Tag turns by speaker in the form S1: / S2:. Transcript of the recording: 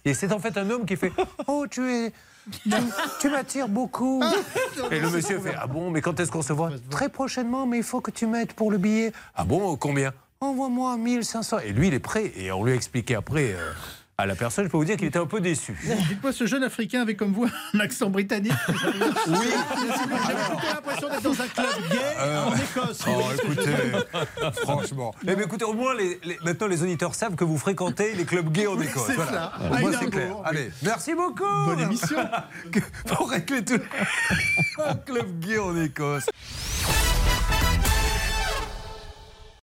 S1: Et c'est en fait un homme qui fait « Oh, tu m'attires beaucoup !» Et le monsieur fait « Ah bon, mais quand est-ce qu'on se voit ?»« Très prochainement, mais il faut que tu m'aides pour le billet. »« Ah bon, combien ?»« Envoie-moi 1500. » Et lui, il est prêt. Et on lui a expliqué après à la personne, je peux vous dire qu'il était un peu déçu.
S2: Dites-moi, ce jeune Africain avait comme vous un accent britannique.
S1: Oui.
S2: J'avais plutôt l'impression d'être dans un club gay en Écosse.
S1: Oh, écoutez, franchement. Eh bien, écoutez, au moins, maintenant, les auditeurs savent que vous fréquentez les clubs gays en Écosse.
S2: C'est
S1: voilà.
S2: ça.
S1: Moi, c'est clair. Allez, merci beaucoup.
S2: Bonne émission.
S1: Pour régler tout. Un club gay en Écosse.